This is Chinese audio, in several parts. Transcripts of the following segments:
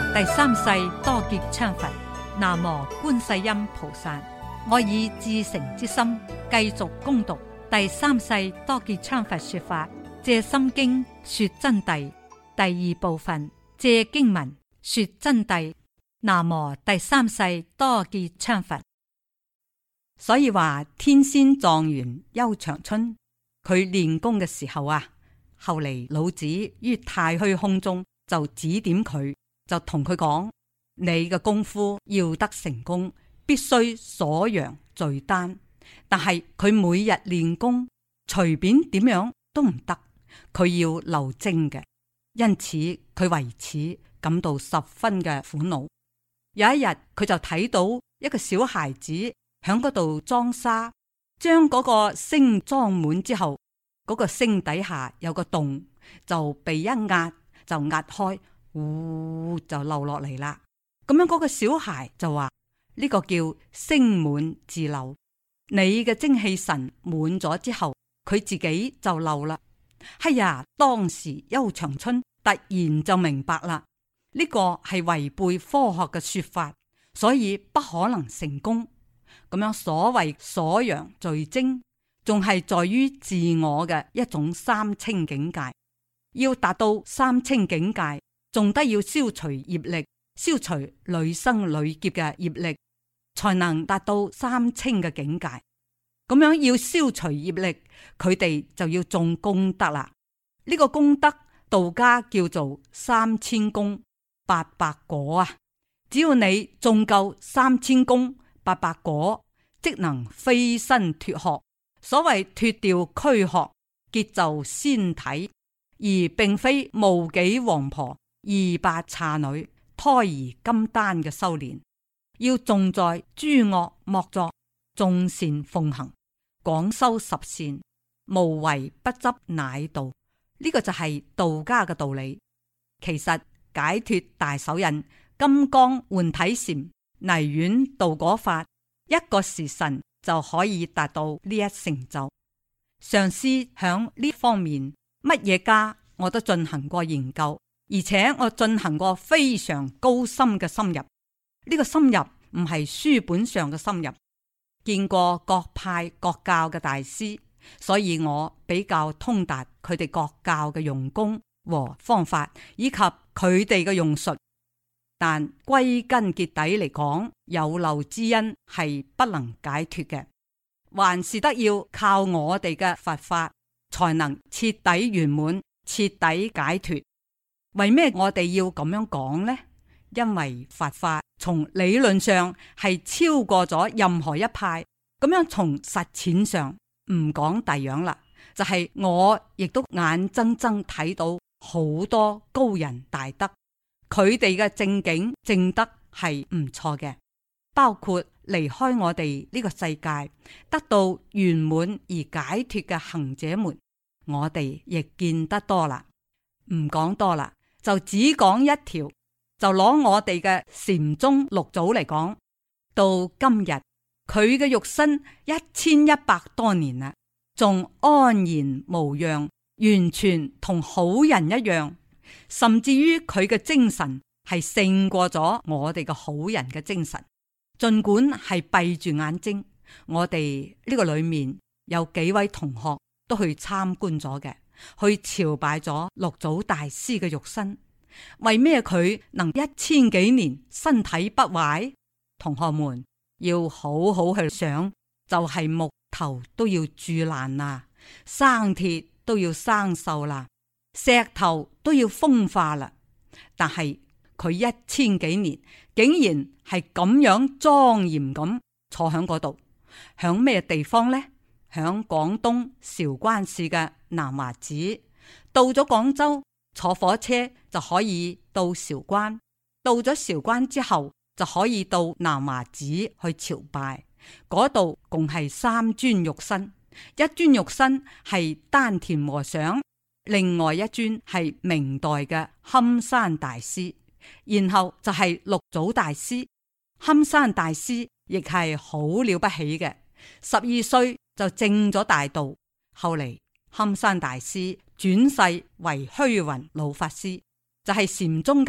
第三世多杰羌佛，南無觀世音菩薩。我以至誠之心繼續攻讀第三世多杰羌佛說法，借心經說真諦第二部分，借經文說真諦。南無第三世多杰羌佛。所以話天仙狀元邱長春，佢練功嘅時候啊，後嚟老子於太虛空中就指點佢，就同佢講：你嘅功夫要得成功，必須鎖陽聚丹。但係佢每日練功，隨便點樣都唔得，佢要留精嘅。因此佢為此感到十分嘅苦惱。有一日佢就睇到一個小孩子響嗰度裝沙，將嗰個星裝滿之後，嗰個星底下有個洞，就被一壓就壓開，嗚就漏落嚟啦。咁樣嗰個小孩就話：呢個叫星滿自漏。你嘅精氣神滿咗之後，佢自己就漏啦。係呀，當時邱長春突然就明白啦，呢個係違背科學嘅說法，所以不可能成功。咁樣所謂鎖陽聚精，仲係在於自我嘅一種三清境界。要達到三清境界，仲得要消除業力，消除累生累劫嘅業力，才能達到三清嘅境界。咁樣要消除業力，佢哋就要種功德啦。呢個功德，道家叫做3000功800果啊。只要你種夠3000功800果，即能飛身脫殼。所謂脫掉軀殼，結就仙體，而並非無幾王婆200茶女胎兒金丹嘅修煉。要種在諸惡莫作，眾善奉行，廣修十善，無為不執乃道。呢個就係道家嘅道理。其實解脫大手印、金剛換體禪、泥丸道果法，一個時辰就可以達到呢一成就。上師響呢方面乜嘢家我都進行過研究，而且我進行過非常高深嘅深入。呢個深入唔係書本上嘅深入，見過各派各教嘅大師，所以我比較通達佢哋各教嘅用功和方法，以及佢哋嘅用術。但歸根結底嚟講，有漏之因係不能解脫嘅，還是得要靠我哋嘅佛法，才能徹底圓滿、徹底解脫。為咩我哋要咁樣講呢？因為佛法從理論上係超過咗任何一派，咁樣從實踐上唔講第樣啦，就係我亦都眼睜睜睇到好多高人大德，佢哋嘅正經正德係唔錯嘅，包括離開我哋呢個世界得到圓滿而解脫嘅行者們，我哋亦見得多啦。唔講多啦，就只講一條，就攞我哋嘅禪宗六祖嚟講，到今日佢嘅肉身1100多年啦，仲安然無恙，完全同好人一樣，甚至於佢嘅精神係勝過咗我哋嘅好人嘅精神。盡管係閉住眼睛，我哋呢個裏面有幾位同學都去參觀咗嘅，去朝拜咗六祖大師嘅肉身。為咩佢能1000幾年身體不壞？同學們要好好去想，就係木頭都要鑄爛啦，生鐵都要生鏽啦，石頭都要風化啦。但係佢1000幾年竟然係咁樣莊嚴咁坐喺嗰度，響咩地方呢？響廣東韶關市嘅南華寺。到咗廣州，坐火車就可以到韶關，到咗韶關之後就可以到南華寺去朝拜。嗰度共係3尊肉身，一尊肉身係丹田和尚，另外一尊係明代嘅堪山大師，然後就係六祖大師。堪山大師亦係好了不起嘅，12歲就證咗大道。後嚟堪山大師轉世為虛雲老法師，就係禪宗嘅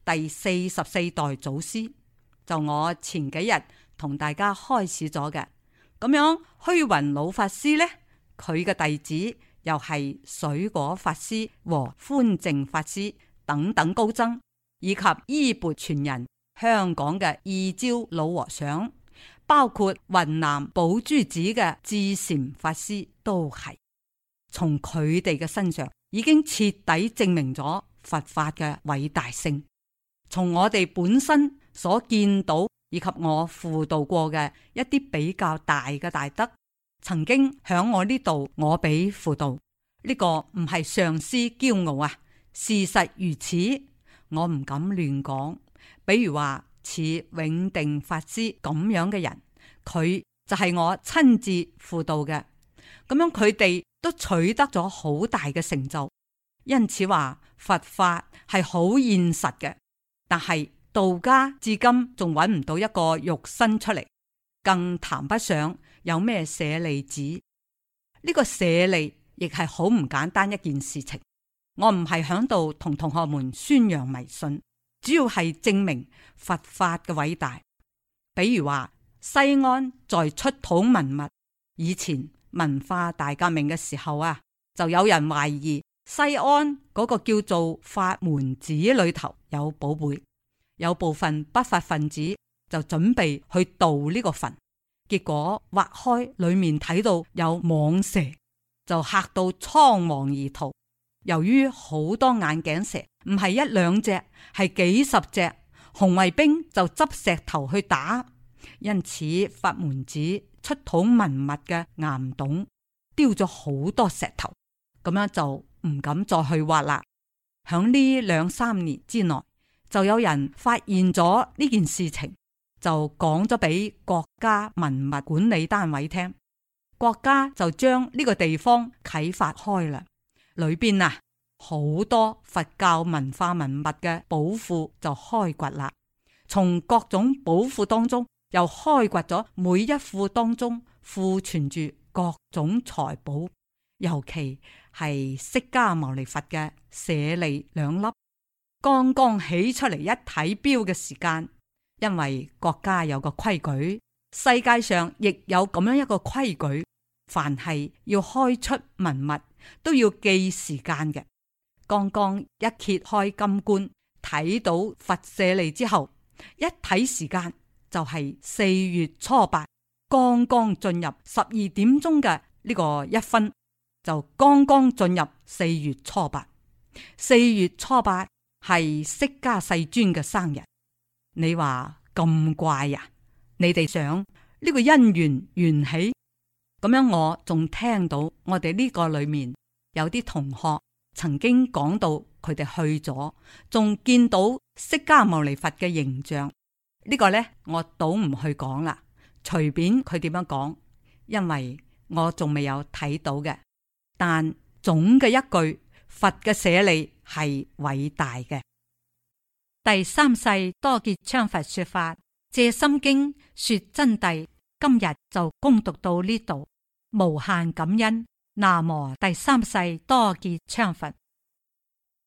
第44代祖師，就我前幾日同大家開始咗嘅。咁樣虛雲老法師呢，佢嘅弟子又係水果法師和寬淨法師等等高僧，以及衣缽傳人香港嘅二招老和尚，包括雲南寶珠寺嘅智禪法師，都係從佢哋嘅身上已經徹底證明咗佛法嘅偉大性。從我哋本身所見到以及我輔導過嘅一啲比較大嘅大德，曾經響我呢度我俾輔導，呢個唔係上師驕傲啊，事實如此，我唔敢亂講。比如話似永定法師咁樣嘅人，佢就係我親自輔導嘅，咁樣佢哋都取得咗好大嘅成就。因此話佛法係好現實嘅，但係道家至今仲揾唔到一個肉身出嚟，更談不上有咩舍利子。呢個舍利亦係好唔簡單一件事情。我唔係響度同同學們宣揚迷信，主要係證明佛法嘅偉大。比如話西安在出土文物，以前文化大革命嘅時候啊，就有人懷疑西安嗰個叫做法門寺裏頭有寶貝，有部分不法分子就準備去盜呢個墳，結果挖開裏面睇到有蟒蛇，就嚇到倉皇而逃。由於好多眼鏡蛇，唔係一兩隻，係幾十隻，紅衛兵就執石頭去打，因此法門寺出土文物嘅岩洞丟咗好多石頭，咁樣就唔敢再去挖啦。響呢2-3年之內，就有人發現咗呢件事情，就講咗俾國家文物管理單位聽，國家就將呢個地方啟發開啦。裏邊啊，好多佛教文化文物嘅寶庫就開掘啦。從各種寶庫當中，又開掘咗每一庫當中庫存住各種財寶，尤其係釋迦牟尼佛嘅舍利2粒。剛剛起出嚟一睇標嘅時間，因為國家有個規矩，世界上亦有咁樣一個規矩，凡係要開出文物都要記時間嘅。剛剛一揭開金棺，睇到佛舍利之後，一睇時間就係4月初8，剛剛進入12點鐘嘅呢個1分，就剛剛進入4月初8。4月初8係釋迦世尊嘅生日，你話咁怪呀？你哋想呢個因緣緣起咁樣，我仲聽到我哋呢個裏面有啲同學曾經講到佢哋去咗，仲見到釋迦牟尼佛嘅形象。呢個呢，我倒唔去講啦，隨便佢點樣講，因為我仲未有睇到嘅。但總嘅一句，佛嘅舍利係偉大嘅。第三世多杰羌佛說法，藉心經說真諦。今日就恭讀到呢度，無限感恩。南無第三世多杰羌佛。